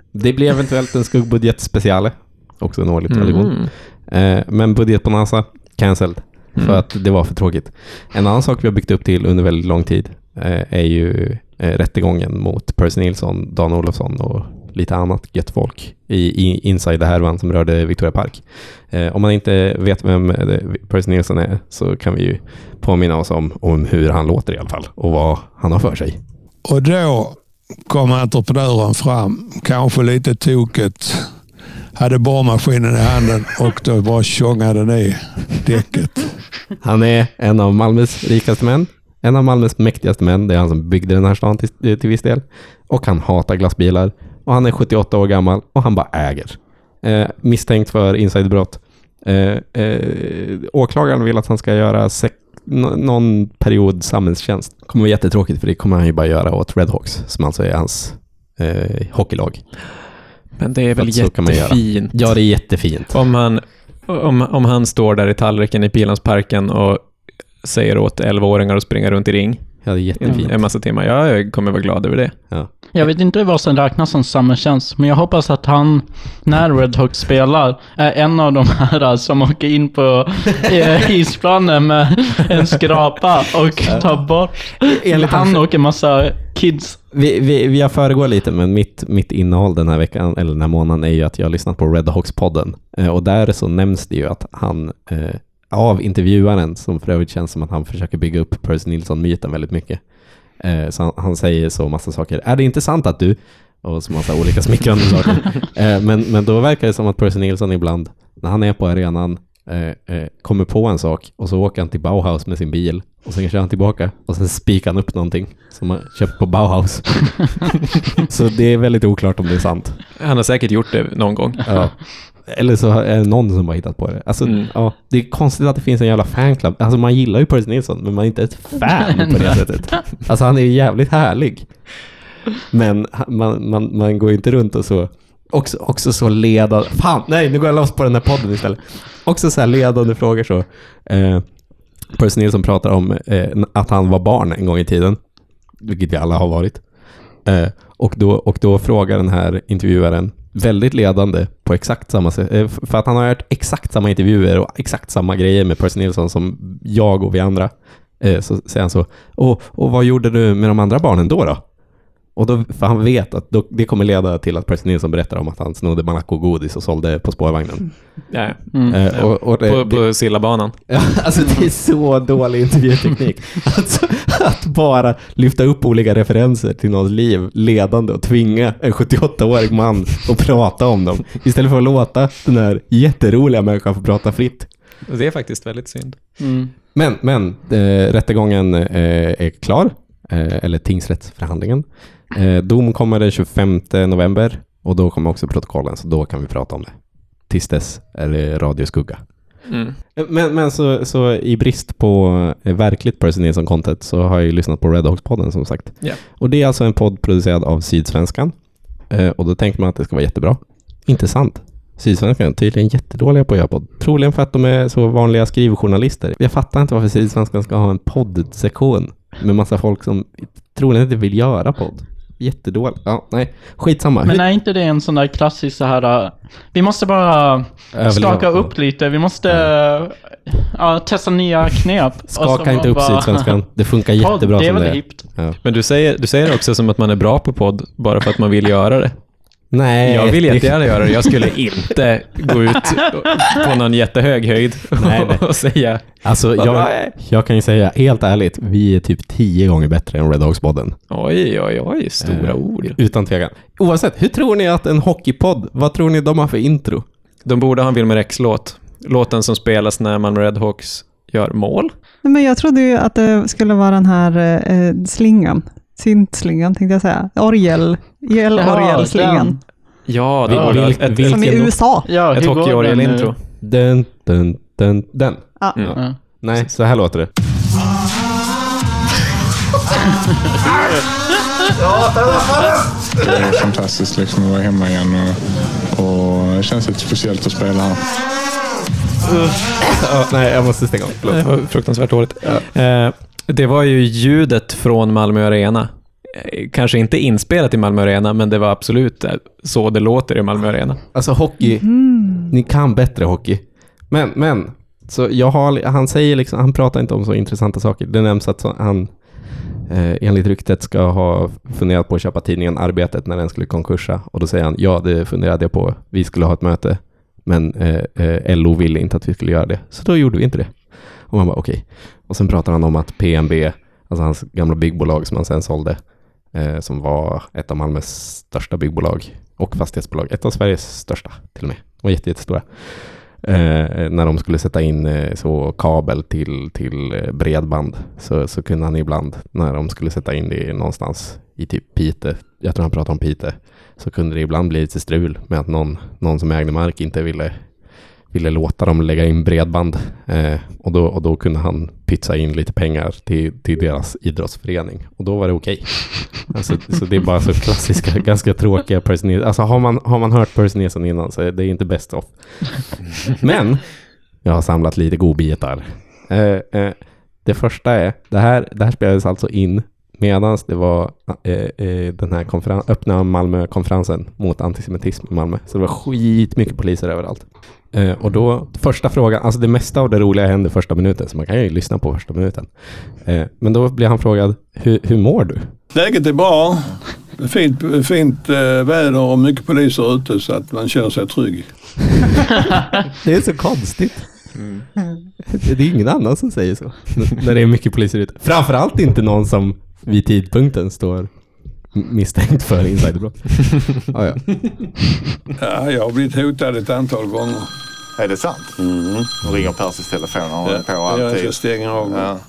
Det blir eventuellt en skuggbudget speciale. Också en årlig tradition. Mm. Eh, men budget på NASA, cancelled. Mm. För att det var för tråkigt. En annan sak vi har byggt upp till under väldigt lång tid eh, är ju eh, rättegången mot Percy Nilsson, Dan Olofsson och lite annat gett folk i, i Inside the härvan som rörde Victoria Park. Eh, om man inte vet vem Percy Nilsson är så kan vi ju påminna oss om, om hur han låter i alla fall och vad han har för sig. Och då kom entreprenören fram, kanske lite toket, hade borrmaskinen i handen och då bara tjongade ner däcket. Han är en av Malmös rikaste män. En av Malmös mäktigaste män. Det är han som byggde den här stan till, till viss del. Och han hatar glassbilar. Och han är sjuttioåtta år gammal och han bara äger. Eh, misstänkt för insiderbrott. Eh, eh, åklagaren vill att han ska göra sek- n- någon period samhällstjänst. Det kommer vara jättetråkigt för det kommer han ju bara göra åt Redhawks som alltså är hans eh, hockeylag. Men det är väl jättefint. Ja, det är jättefint. Om han, om, om han står där i tallriken i Pilansparken och säger åt elvaåringar att springa runt i ring. Ja, det är jättefint. En massa timmar. Ja, jag kommer vara glad över det. Ja. Jag vet inte vad som räknas som samhällstjänst, men jag hoppas att han, när Redhawks spelar, är en av de här som åker in på eh, isplanen med en skrapa och tar bort. Enligt han han åker massa kids. Vi, vi, vi har föregått lite, men mitt, mitt innehåll den här veckan, eller den här månaden, är ju att jag har lyssnat på Redhawks-podden. Eh, och där så nämns det ju att han... Eh, av intervjuaren, som för övrigt känns som att han försöker bygga upp Percy Nilsson-myten väldigt mycket. Eh, så han, han säger så massa saker. Är det inte sant att du... Och så massa olika smickrande saker. Eh, men, men då verkar det som att Percy Nilsson ibland, när han är på arenan, eh, eh, kommer på en sak och så åker han till Bauhaus med sin bil. Och sen kör han tillbaka och sen spikar han upp någonting som han köpt på Bauhaus. Så det är väldigt oklart om det är sant. Han har säkert gjort det någon gång. Ja. Eller så är det någon som har hittat på det. Alltså, mm. ja, det är konstigt att det finns en jävla fanclub. Alltså man gillar ju Percy Nilsson, men man är inte ett fan på det sättet. Alltså han är ju jävligt härlig. Men man, man, man går inte runt och så... Också, också så ledande... Fan, nej, nu går jag loss på den här podden istället. Också så här ledande frågor så. Eh, Percy Nilsson pratar om eh, att han var barn en gång i tiden. Vilket vi alla har varit. Eh, och, då, och då frågar den här intervjuaren väldigt ledande på exakt samma sätt. Eh, för att han har hört exakt samma intervjuer och exakt samma grejer med Percy Nilsson som jag och vi andra. Eh, så säger han så. Och, och vad gjorde du med de andra barnen då då? Och då, för han vet att då, det kommer leda till att Percy Nilsson berättar om att han snodde Malaco-godis och sålde på spårvagnen. Ja, mm. eh, och, och det, på, på Sillabanan. Ja, alltså det är så dålig intervjuteknik. Alltså, att bara lyfta upp olika referenser till någons liv ledande och tvinga en sjuttioåttaårig man att prata om dem. Istället för att låta den här jätteroliga människan få prata fritt. Det är faktiskt väldigt synd. Mm. Men, men eh, rättegången eh, är klar. Eh, eller tingsrättsförhandlingen. Eh, dom kommer den tjugofemte november och då kommer också protokollen, så då kan vi prata om det. Tills dess är det radioskugga. Mm. Men, men så, så i brist på eh, verkligt Percy Nilsson-content så har jag ju lyssnat på Redhawks-podden som sagt. Yeah. Och det är alltså en podd producerad av Sydsvenskan. Eh, och då tänker man att det ska vara jättebra. Intressant. Sydsvenskan är tydligen jättedåliga på att göra podd. Troligen för att de är så vanliga skrivjournalister. Jag fattar inte varför Sydsvenskan ska ha en poddsektion med massa folk som troligen inte vill göra podd. Jättedåligt. Ja, nej. Skitsamma. Men är inte det en sån där klassisk så här... Uh, vi måste bara skaka upp lite. Vi måste uh, uh, testa nya knep. Skaka inte upp bara... Sydsvenskan. Det funkar jättebra det är som väl det hippt. Ja. Men du säger, du säger också som att man är bra på podd bara för att man vill göra det. Nej. Jag vill jättegärna göra det. Jag skulle inte gå ut på någon jättehög höjd nej, nej. och säga... Alltså, jag, jag kan ju säga helt ärligt, vi är typ tio gånger bättre än Redhawks-podden. Oj, oj, oj. Stora eh, ord. Utan tvekan. Oavsett, hur tror ni att en hockeypodd, vad tror ni de har för intro? De borde ha en Wilmer X-låt. Låten som spelas när man Redhawks gör mål. Nej, men jag trodde ju att det skulle vara den här eh, slingan. Syntslingan tänkte jag säga. Orgel. El-orgel-slingan. Ja, det ja, borde vilk, ett, som i U S A. Ja, ett hockey-orgel-intro. Den, den, den, den. Ja. Mm. Ja. Nej, så här låter det. Det är fantastiskt liksom att vara hemma igen och, och det känns lite speciellt att spela här. Ja, nej, jag måste stänga av. Det var fruktansvärt dåligt. Ja. Eh, det var ju ljudet från Malmö Arena kanske inte inspelat i Malmö Arena, men det var absolut så det låter i Malmö Arena. Alltså hockey, mm. ni kan bättre hockey. Men, men så jag har, han säger liksom, han pratar inte om så intressanta saker. Det nämns att han eh, enligt ryktet ska ha funderat på att köpa tidningen Arbetet när den skulle konkursa. Och då säger han, ja det funderade jag på. Vi skulle ha ett möte, men eh, eh, L O ville inte att vi skulle göra det. Så då gjorde vi inte det. Och man bara okej. Okay. Och sen pratar han om att P N B, alltså hans gamla byggbolag som han sen sålde, eh, som var ett av Malmös största byggbolag och fastighetsbolag. Ett av Sveriges största till och med. De var jätte, jättestora. Eh, när de skulle sätta in eh, så kabel till, till eh, bredband så, så kunde han ibland, när de skulle sätta in det någonstans i typ Pite, jag tror han pratade om Pite, så kunde det ibland bli lite strul med att någon, någon som ägde mark inte ville ville låta dem lägga in bredband eh, och, då, och då kunde han pytsa in lite pengar till, till deras idrottsförening och då var det okej. Okay. Alltså, så det är bara så klassiska, ganska tråkiga Percy Nilsson. Alltså har man, har man hört Percy Nilsson innan så är det inte best of. Men jag har samlat lite godbitar. Eh, eh, det första är, det här, det här spelades alltså in medan det var eh, eh, den här konferen- öppna Malmö-konferensen mot antisemitism i Malmö. Så det var skit mycket poliser överallt. Eh, och då, första frågan, alltså det mesta av det roliga händer första minuten, så man kan ju lyssna på första minuten. Eh, men då blir han frågad, hur, hur mår du? Läget är bra. Fint, fint eh, väder och mycket poliser ute så att man känner sig trygg. Det är så konstigt. Mm. Det är ingen annan som säger så när det är mycket poliser ute. Framförallt inte någon som vid tidpunkten står misstänkt för insiderbrott. ah, ja. Ja, jag har blivit hotad ett antal gånger. Är det sant? Mm. Och ringer Percys telefon och håller ja, på alltid. Jag ska stänga av. Ja.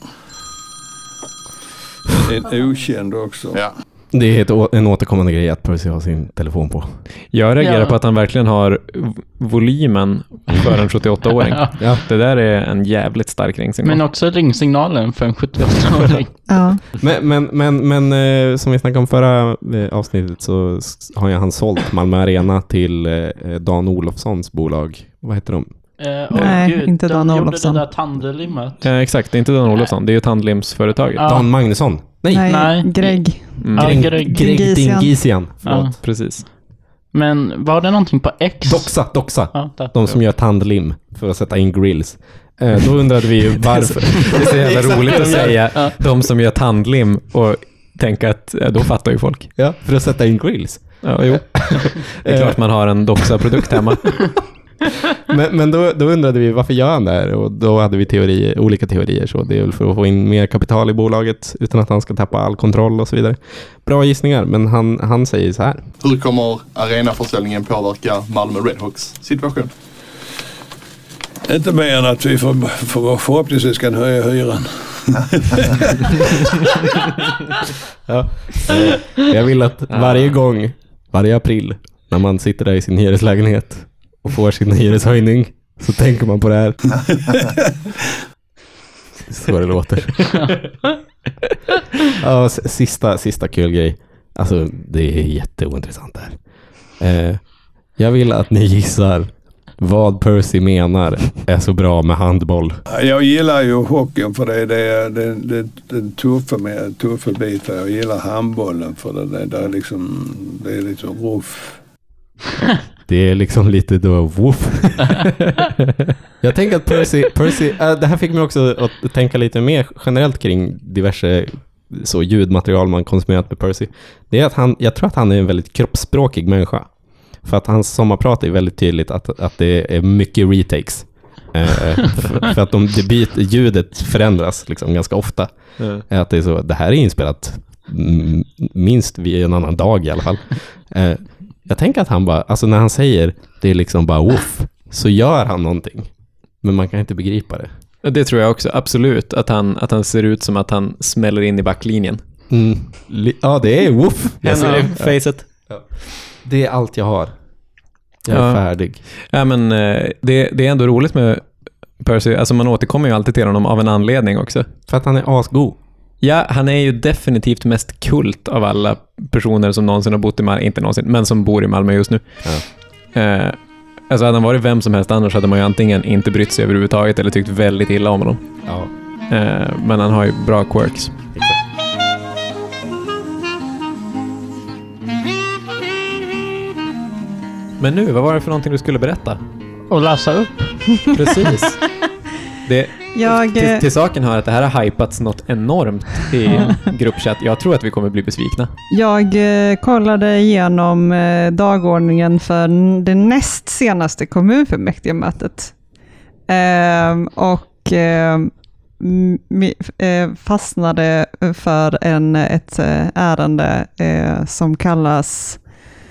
En okänd också. Ja. Det är ett, en återkommande grej att Percy har sin telefon på. Jag reagerar Ja. på att han verkligen har volymen för en sjuttioåtta-åring. Ja. Det där är en jävligt stark ringsignal. Men också ringsignalen för en sjuttioåtta-åring. Ja. Men, men, men, men eh, som vi snackade om förra eh, avsnittet så s- har jag han sålt Malmö Arena till eh, Dan Olofssons bolag. Vad heter de? Eh, åh, Nej, Gud, inte Dan de gjorde Olofsson. det där tandlimmet. Eh, exakt, det är inte Dan Olofsson. Det är ju tandlimsföretaget. Ja. Dan Magnusson? Nej. Nej, Nej. Greg. Mm. Ja, Greg, Greg. Greg Dingisian. Dingisian. Förlåt, Ja. precis. Men var det någonting på X? Doxa, Doxa. Ja, där. De som gör tandlim för att sätta in grills. Eh, då undrade vi ju varför. Det är så jävla Exakt roligt det att de gör. säga Ja. de som gör tandlim och tänka att ja, då fattar ju folk. Ja, för att sätta in grills. Ja, jo. Det är klart man har en Doxa-produkt hemma. Men, men då, då undrade vi varför gör han det här? Och då hade vi teorier, olika teorier. Så det är väl för att få in mer kapital i bolaget utan att han ska tappa all kontroll och så vidare. Bra gissningar, men han, han säger så här. Hur kommer arenaförsäljningen påverka Malmö Redhawks situation? Inte mer än att vi får, får förhoppningsvis kan höja hyran. Ja. Jag vill att varje gång, varje april, när man sitter där i sin hyreslägenhet och får sin hyreshöjning, så tänker man på det här. Så det låter. Ja, s- sista, sista kul grej. Alltså, det är jätteointressant det här. Eh, jag vill att ni gissar vad Percy menar är så bra med handboll. Jag gillar ju hockeyn för det är det, det, det, det tuffa med tuffa bitar. Jag gillar handbollen för det, det, det är liksom det är liksom ruff. Det är liksom lite då woof. Jag tänker att Percy, Percy äh, det här fick mig också att tänka lite mer generellt kring diverse så ljudmaterial man konsumerat med Percy. Det är att han, jag tror att han är en väldigt kroppsspråkig människa. För att hans sommarprat är väldigt tydligt att, att det är mycket retakes. Eh, för, för att de, det byter, ljudet förändras liksom ganska ofta. Mm. Att det är så, det här är inspelat mm, minst vid en annan dag i alla fall. Eh, jag tänker att han bara, alltså när han säger det är liksom bara woof, så gör han någonting. Men man kan inte begripa det. Det tror jag också, absolut. Att han, att han ser ut som att han smäller in i backlinjen. Mm. Ja, det är woof. Jag ser det i facet. Ja. Det är allt jag har. Jag är ja. färdig. Ja, men det, det är ändå roligt med Percy. Alltså man återkommer ju alltid till honom av en anledning också. För att han är asgod. Ja, han är ju definitivt mest kult av alla personer som någonsin har bott i Malmö. Inte någonsin, men som bor i Malmö just nu. Ja. Eh, alltså hade han varit vem som helst annars hade man ju antingen inte brytt sig överhuvudtaget eller tyckt väldigt illa om honom. Ja. Eh, men han har ju bra quirks. Exakt. Men nu, vad var det för någonting du skulle berätta? Och läsa upp. Precis. Det, Jag, till, till saken hör att det här har hypats något enormt i gruppchatt. Jag tror att vi kommer bli besvikna. Jag eh, kollade igenom eh, dagordningen för det näst senaste kommunfullmäktigemötet. Eh, och eh, m- eh, fastnade för en, ett eh, ärende eh, som kallas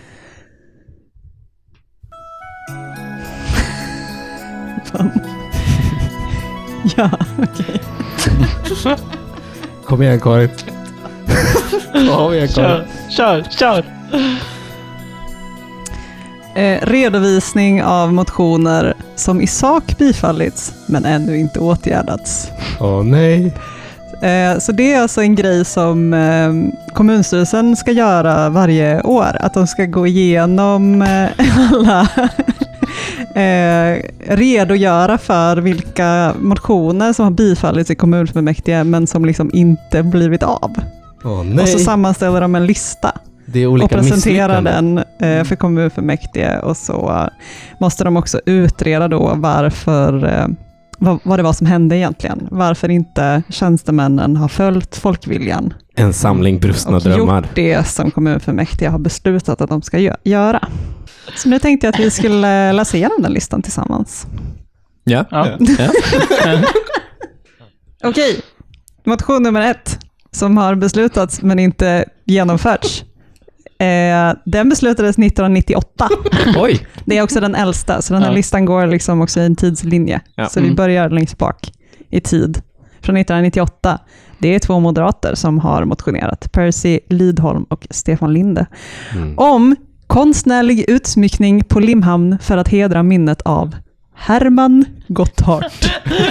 ja, okej. Okay. Kom igen, Karin. Kom igen, Karin. Kör, kör, kör. Eh, redovisning av motioner som i sak bifallits men ännu inte åtgärdats. Åh oh, nej. Eh, så det är alltså en grej som eh, kommunstyrelsen ska göra varje år. Att de ska gå igenom eh, alla eh, redogöra för vilka motioner som har bifallits i kommunfullmäktige men som liksom inte blivit av. Oh, nej. Och så sammanställer de en lista. Det är olika och presenterar den eh, för kommunfullmäktige och så måste de också utreda då varför eh, vad, vad det var som hände egentligen. Varför inte tjänstemännen har följt folkviljan. En samling brustna och drömmar. gjort det som kommunfullmäktige har beslutat att de ska gö- göra. Så nu tänkte jag att vi skulle läsa igenom den listan tillsammans. Ja. ja. ja. Okej, motion nummer ett som har beslutats men inte genomförts. Eh, den beslutades nittonhundranittioåtta. Oj. Det är också den äldsta, så den här ja. listan går liksom också i en tidslinje. Ja. Så mm. vi börjar längst bak i tid. Från nittonhundranittioåtta. Det är två moderater som har motionerat. Percy Lidholm och Stefan Linde. Mm. Om konstnärlig utsmyckning på Limhamn för att hedra minnet av Herman Gotthard.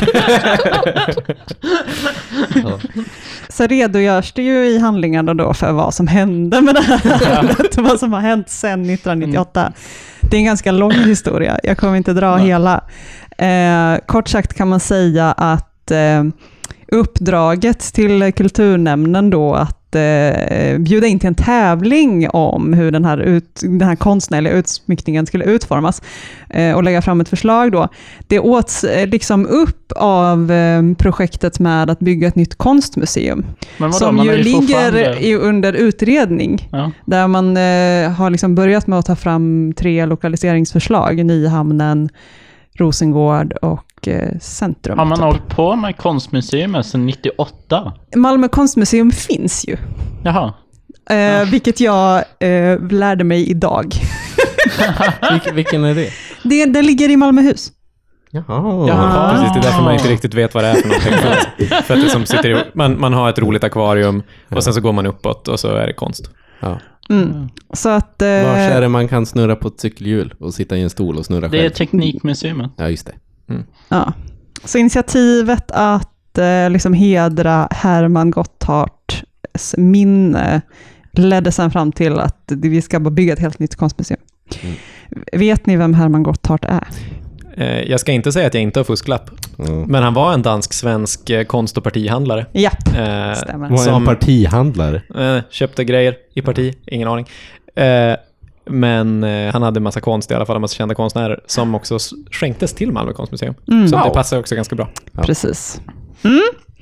ja. Så redogörs det ju i handlingarna då för vad som hände med det här ärendet, vad som har hänt sedan nittonhundranittioåtta. Mm. Det är en ganska lång historia, jag kommer inte dra ja. hela. Eh, kort sagt kan man säga att eh, uppdraget till kulturnämnden då att eh, bjuda in till en tävling om hur den här, ut, den här konstnärliga utsmyckningen skulle utformas eh, och lägga fram ett förslag då. Det åts eh, liksom upp av eh, projektet med att bygga ett nytt konstmuseum. Men vadå, som ju ligger i, under utredning. Ja. Där man eh, har liksom börjat med att ta fram tre lokaliseringsförslag. Nyhamnen, Rosengård och eh, Centrum. Har man typ. hållit på med konstmuseum sedan nittioåtta? Malmö konstmuseum finns ju. Jaha. Eh, ja. Vilket jag eh, lärde mig idag. Vilken, vilken är det? det? Det ligger i Malmöhus. Jaha. Ja, precis. Det är därför man inte riktigt vet vad det är för någonting. För att, för att det som sitter i, man, man har ett roligt akvarium och sen så går man uppåt och så är det konst. Ja. Mm. Så att, eh, Var är det man kan snurra på ett cykelhjul och sitta i en stol och snurra det själv? Det är Teknikmuseet. Ja, just det. Mm. Ja. Så initiativet att eh, liksom hedra Herman Gotthards minne ledde sedan fram till att vi ska bygga ett helt nytt konstmuseum. Mm. Vet ni vem Herman Gotthard är? Jag ska inte säga att jag inte har fusklapp. Mm. Men han var en dansk-svensk konst- och partihandlare. Ja, eh, stämmer. Var en partihandlare? Eh, köpte grejer i parti, ingen aning. Eh, men eh, han hade en massa konst, i alla fall en massa kända konstnärer, som också skänktes till Malmö konstmuseum. Mm. Så wow. det passar också ganska bra. Ja. Precis. Mm.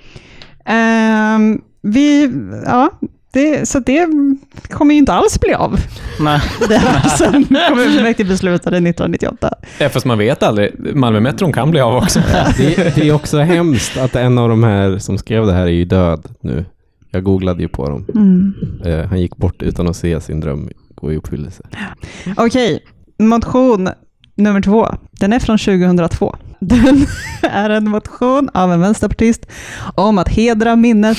Um, vi, ja... Det, så det kommer ju inte alls bli av. Nej. Det här som kommunfullmäktige beslutade nittonhundranittioåtta. Ja, fast man vet aldrig. Malmö-metron kan bli av också. Det, det är också hemskt att en av de här som skrev det här är ju död nu. Jag googlade ju på dem. Mm. Uh, han gick bort utan att se sin dröm gå i uppfyllelse. Okej, motion nummer två. Den är från tjugohundratvå. Den är en motion av en vänsterpartist om att hedra minnet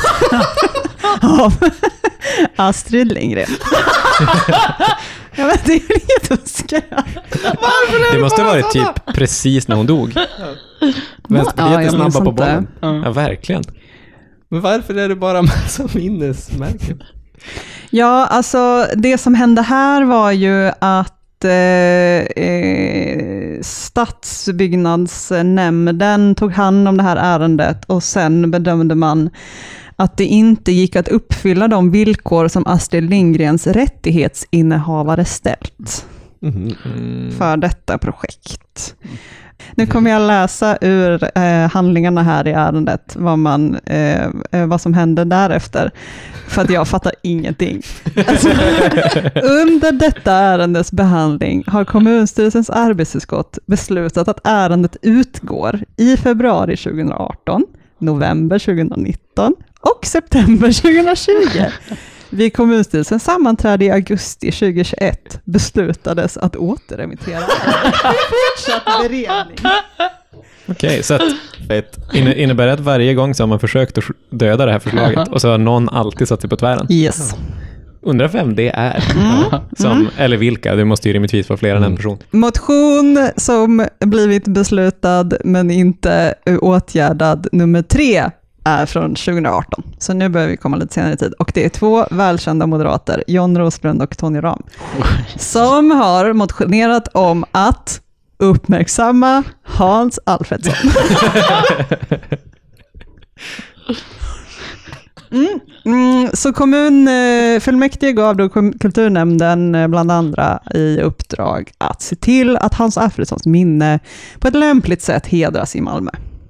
av Astrid Lindgren. Jag vet, det är jätteskönt. Det måste ha varit typ precis när hon dog. Vänsterpartiet är snabba på bollen. Ja, verkligen. Men varför är det bara massa minnesmärken? Ja, alltså det som hände här var ju att eh, stadsbyggnadsnämnden tog hand om det här ärendet och sen bedömde man att det inte gick att uppfylla de villkor som Astrid Lindgrens rättighetsinnehavare ställt. Mm. för detta projekt. Nu kommer jag läsa ur eh, handlingarna här i ärendet vad, man, eh, vad som händer därefter. För att jag fattar ingenting. Alltså, under detta ärendes behandling har kommunstyrelsens arbetsutskott beslutat att ärendet utgår i februari tjugoarton, november tjugonitton och september tjugohundratjugo. Vid kommunstyrelsens sammanträde i augusti tjugohundratjugoett beslutades att återremittera fortsatt beredning. Okej, okay, så att inne, innebär det att varje gång så har man försökt att döda det här förslaget och så har någon alltid satt sig på tvären? Yes. Undrar vem det är. Mm. Som, mm. Eller vilka, det måste ju rimligtvis vara fler än mm. en person. Motion som blivit beslutad men inte åtgärdad nummer tre är från tjugoarton. Så nu börjar vi komma lite senare i tid. Och det är två välkända moderater, John Roslund och Tony Ram, som har motionerat om att uppmärksamma Hans Alfredsson. Mm. Mm. Så kommunfullmäktige gav då kulturnämnden bland andra i uppdrag att se till att Hans Alfredssons minne på ett lämpligt sätt hedras i Malmö.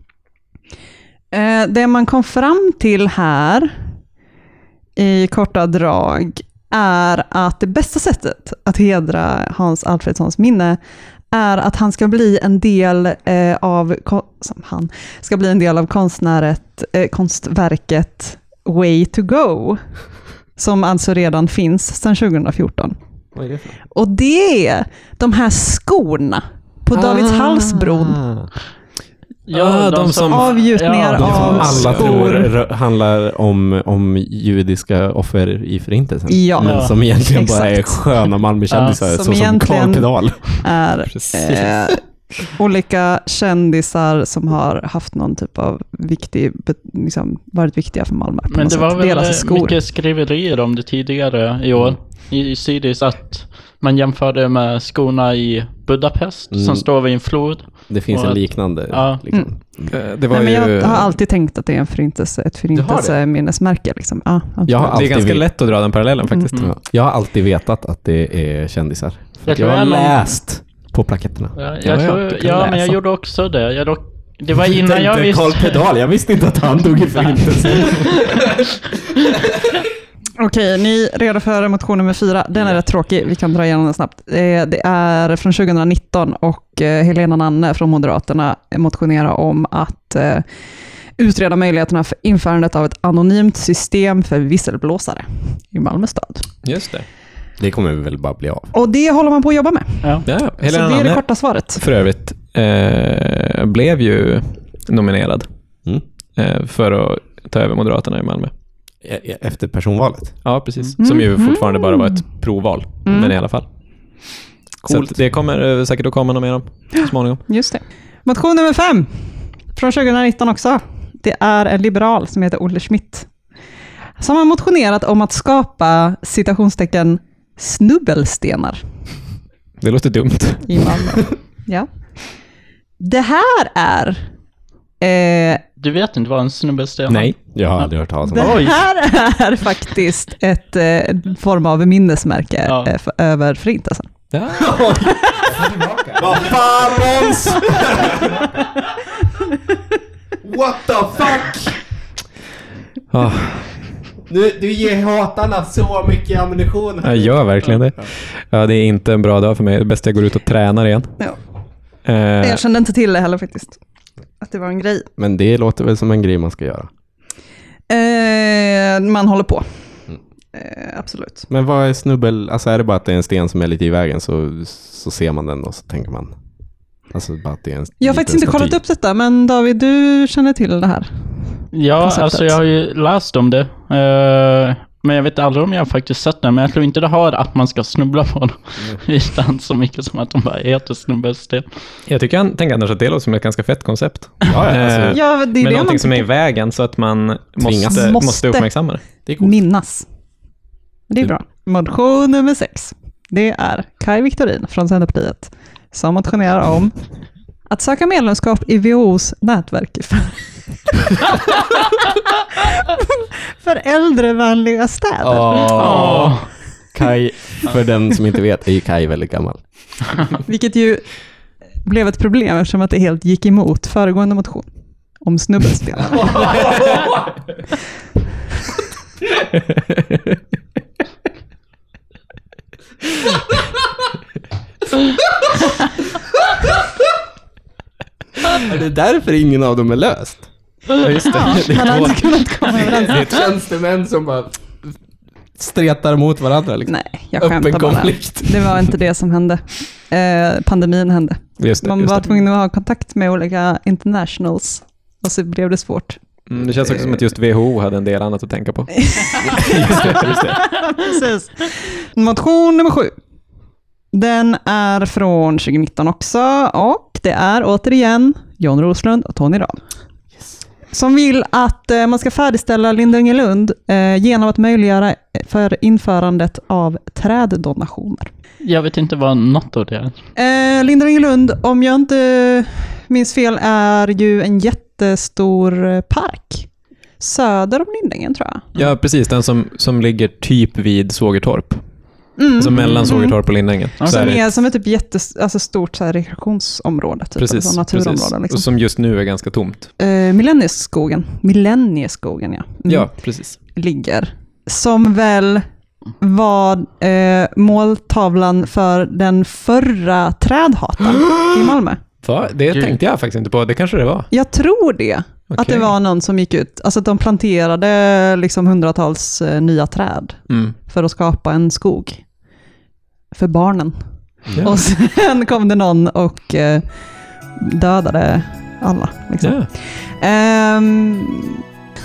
Det man kom fram till här i korta drag är att det bästa sättet att hedra Hans Alfredssons minne är att han ska bli en del eh, av som han ska bli en del av konstnäret, eh, konstverket Way to Go, som alltså redan finns sedan tjugohundrafjorton. Vad är det för? Och det är de här skorna på ah. Davidshalsbron. Ja, ah, de, de som avgjutningar ja, de av alla skor. tror handlar om, om judiska offer i förintelsen. Ja. Men Ja. som egentligen Exakt. bara är sköna Malmökändisar, Ja, så som som Carl Pedal. är eh, olika kändisar som har haft någon typ av viktig, liksom, varit viktiga för Malmö. Men det var sätt. väl Deras skor. mycket skriverier om det tidigare i år mm. i, i Sydis, att man jämförde med skorna i Budapest mm. som står vid en flod. Det finns och en att, liknande. Ja. Liksom. Mm. Det var Nej, men ju... jag har alltid tänkt att det är en förintelse, ett förintelseminnesmärke. Liksom. Ja, jag har det är ganska vet... lätt att dra den parallellen faktiskt. Mm. Ja. Jag har alltid vetat att det är kändisar. Jag, jag har jag läst på plaketterna. Ja, jag ja, tror, ja, ja men jag gjorde också det. Jag dock, det var innan jag visste... Carl Pedal, jag visste inte att han dog i förintelsen. Okej, ni är redo för motion nummer fyra. Den är rätt tråkig, vi kan dra igenom den snabbt. Det är från tjugohundranitton och Helena Nanne från Moderaterna motionerar om att utreda möjligheterna för införandet av ett anonymt system för visselblåsare i Malmö stad. Just det. Det kommer vi väl bara bli av. Och det håller man på att jobba med. Ja. Ja, så Helena det är Nanne, det korta svaret. för övrigt, eh, blev ju nominerad mm. eh, för att ta över Moderaterna i Malmö. Efter personvalet? Ja, precis. Mm. Som ju fortfarande bara var ett provval. Mm. Men i alla fall. Coolt. Så det kommer säkert att komma något mer om så småningom. Just det. Motion nummer fem. Från tjugohundranitton också. Det är en liberal som heter Olle Schmidt. Som har motionerat om att skapa citationstecken snubbelstenar. Det låter dumt. I Malmö. Ja. Det här är... Eh, du vet inte vad en snubbelsten är? Nej, jag har aldrig hört talas om det. Det här är faktiskt ett eh, form av minnesmärke ja. eh, för, över förintelsen. Ja. Vad fan, Måns? What the fuck? Oh. Du, du ger hatarna så mycket ammunition. Jag gör verkligen det. Ja, det är inte en bra dag för mig. Det bästa jag går ut och tränar igen. Ja. Eh. Jag kände inte till det heller faktiskt. Att det var en grej. Men det låter väl som en grej man ska göra? Eh, man håller på. Mm. Eh, absolut. Men vad är snubbel? Alltså är det bara att det är en sten som är lite i vägen så, så ser man den och så tänker man. Alltså bara att det är en jag har faktiskt inte staty. kollat upp detta, men David, du känner till det här? Ja, konceptet. Alltså jag har ju läst om det. Uh, men jag vet aldrig om jag har faktiskt sett det. Men jag tror inte det har att man ska snubbla på det. Mm. Utan så mycket som att de bara heter snubbelsten. Jag tycker han tänker annars att det låter som ett ganska fett koncept. Ja, alltså, ja, det är med det någonting man som är i vägen så att man måste, måste, måste uppmärksamma det. Det är coolt. Minnas. Det är bra. Motion nummer sex. Det är Kai Victorin från Centerpartiet som motionerar om att söka medlemskap i W H O:s nätverk för, för äldrevänliga städer. Oh. Kai, för den som inte vet, är ju Kai väldigt gammal. Vilket ju blev ett problem eftersom att det helt gick emot föregående motion om snubbelspel. Är det därför ingen av dem är löst? Ja, just det. Ja, det man hade inte kunnat komma överens. Det är tjänstemän som bara stretar mot varandra. Liksom. Nej, jag skämtar bara. Det var inte det som hände. Eh, pandemin hände. Just det, man just var det. tvungen att ha kontakt med olika internationals och så blev det svårt. Mm, det känns också som att just W H O hade en del annat att tänka på. just det, just det. Precis. Motion nummer sju. Den är från tjugonitton också och det är återigen John Roslund och Tony Rahm. Yes. Som vill att eh, man ska färdigställa Lindängelund eh, genom att möjliggöra för införandet av träddonationer. Jag vet inte vad något av det är. Eh, Lindängelund, om jag inte minns fel, är ju en jättestor park. Söder om Lindängen, tror jag. Ja, precis. Den som, som ligger typ vid Sågertorp. Mm. Alltså mellan Sågertorp och Lindängen. Mm. Som är, är som ett typ jättes, alltså stort så här rekreationsområde. Typ, precis, alltså naturområde. Precis. Liksom. Och som just nu är ganska tomt. Uh, Millennieskogen. Millennieskogen, ja. Mm. Ja, precis. Ligger. Som väl var uh, måltavlan för den förra trädhatan i Malmö. Va? Det Gud. tänkte jag faktiskt inte på. Det kanske det var. Jag tror det. Okay. Att det var någon som gick ut. Alltså att de planterade liksom hundratals uh, nya träd. Mm. För att skapa en skog. För barnen. Mm. Och sen kom det någon och uh, dödade alla. Liksom. Yeah. Um,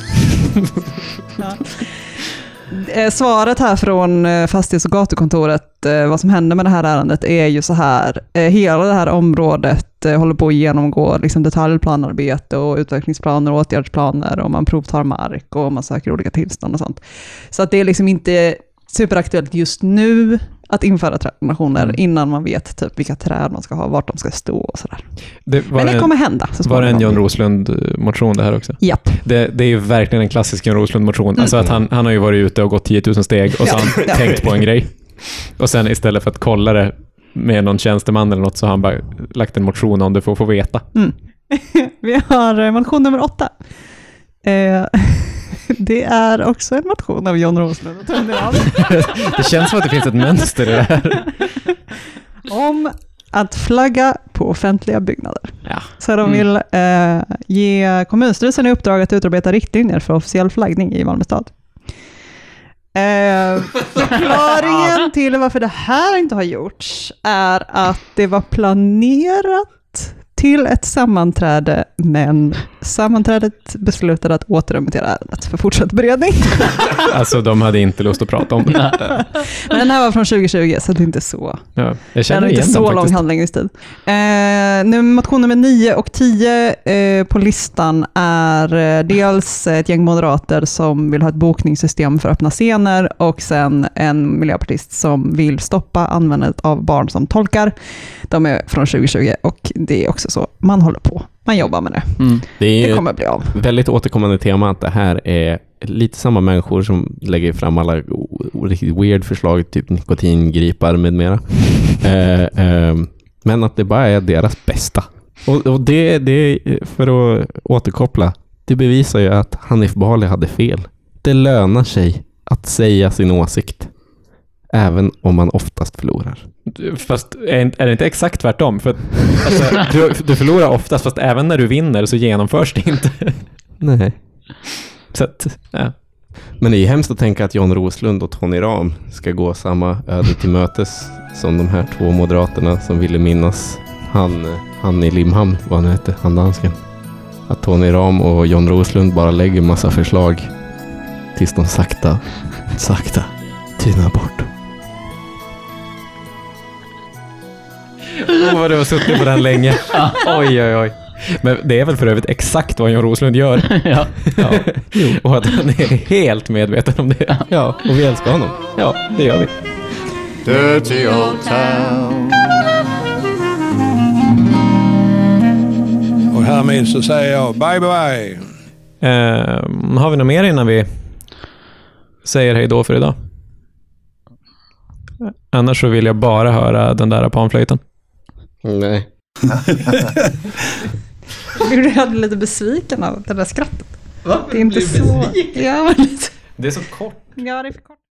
ja. Svaret här från fastighets- och gatukontoret, vad som händer med det här ärendet är ju så här. Hela det här området håller på att genomgå liksom detaljplanarbete och utvecklingsplaner och åtgärdsplaner och man provtar mark och man söker olika tillstånd och sånt. Så att det är liksom inte superaktuellt just nu att införa träddonationer mm. innan man vet typ vilka träd man ska ha, vart de ska stå och sådär. Det Men det en, kommer hända. Så var det en John Roslund-motion det här också? Japp. Det, det är ju verkligen en klassisk John Roslund-motion. Mm. Alltså att han, han har ju varit ute och gått tio tusen steg och så har han ja. tänkt på en grej. Och sen istället för att kolla det med någon tjänsteman eller något så har han bara lagt en motion om det får få veta. Mm. Vi har motion nummer åtta. Eh... Det är också en motion av John Roslund och Tony Rahm. Det känns som att det finns ett mönster i det här. Om att flagga på offentliga byggnader. Ja. Så de vill eh, ge kommunstyrelsen i uppdrag att utarbeta riktlinjer för officiell flaggning i Malmö stad. Eh, förklaringen till varför det här inte har gjorts är att det var planerat till ett sammanträde, men sammanträdet beslutade att återremittera ärendet för fortsatt beredning. Alltså de hade inte lust att prata om det. Men den här var från tjugo tjugo så det är inte så. Ja, jag känner den är inte så lång handläggningstid. Eh, nu motion nummer nio och tio eh, på listan är eh, dels ett gäng moderater som vill ha ett bokningssystem för öppna scener och sen en miljöpartist som vill stoppa användandet av barn som tolkar. De är från tjugo tjugo och det är också så man håller på. Man jobbar med det. Mm. Det, är det kommer bli av. Väldigt återkommande tema att det här är lite samma människor som lägger fram alla riktigt weird förslag, typ nikotingripar med mera. eh, eh, men att det bara är deras bästa. Och, och det, det, för att återkoppla, det bevisar ju att Hanif Bali hade fel. Det lönar sig att säga sin åsikt. Även om man oftast förlorar. Fast är det inte exakt tvärtom? För att, alltså, du, du förlorar oftast, fast även när du vinner så genomförs det inte. Nej. Så att, ja. Men det är hemskt att tänka att John Roslund och Tony Rahm ska gå samma öde till mötes som de här två moderaterna som ville minnas han, han i Limhamn, vad han heter, han dansken. Att Tony Rahm och John Roslund bara lägger massa förslag tills de sakta, sakta tynar bort. Åh, vad du har suttit på den länge. Oj, oj, oj. Men det är väl för övrigt exakt vad John Roslund gör. Ja. Ja. Och att han är helt medveten om det. Ja, och vi älskar honom. Ja, det gör vi. Dirty old town. Och härmed så säger jag bye bye. Uh, har vi något mer innan vi säger hej då för idag? Annars så vill jag bara höra den där panflöjten. Nej. Jag blev lite besviken av det där skrattet. Va? Det är inte så... Ja, men lite... Det är så kort. Ja, det är för kort.